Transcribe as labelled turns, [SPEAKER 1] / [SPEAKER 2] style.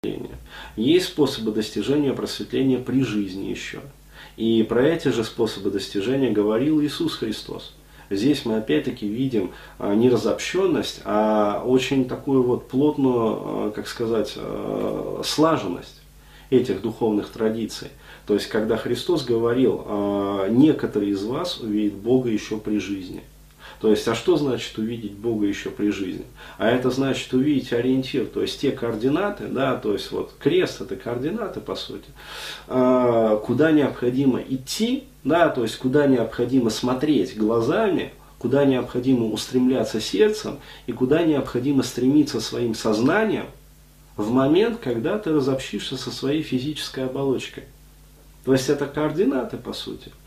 [SPEAKER 1] Есть способы достижения просветления при жизни еще. И про эти же способы достижения говорил Иисус Христос. Здесь мы опять-таки видим не разобщенность, а очень такую вот плотную, как сказать, слаженность этих духовных традиций. То есть, когда Христос говорил, некоторые из вас увидят Бога еще при жизни. То есть, а что значит увидеть Бога еще при жизни? А это значит увидеть ориентир, то есть те координаты, да, то есть вот крест это координаты по сути, куда необходимо идти, да, то есть куда необходимо смотреть глазами, куда необходимо устремляться сердцем и куда необходимо стремиться своим сознанием в момент, когда ты разобщишься со своей физической оболочкой. То есть это координаты по сути.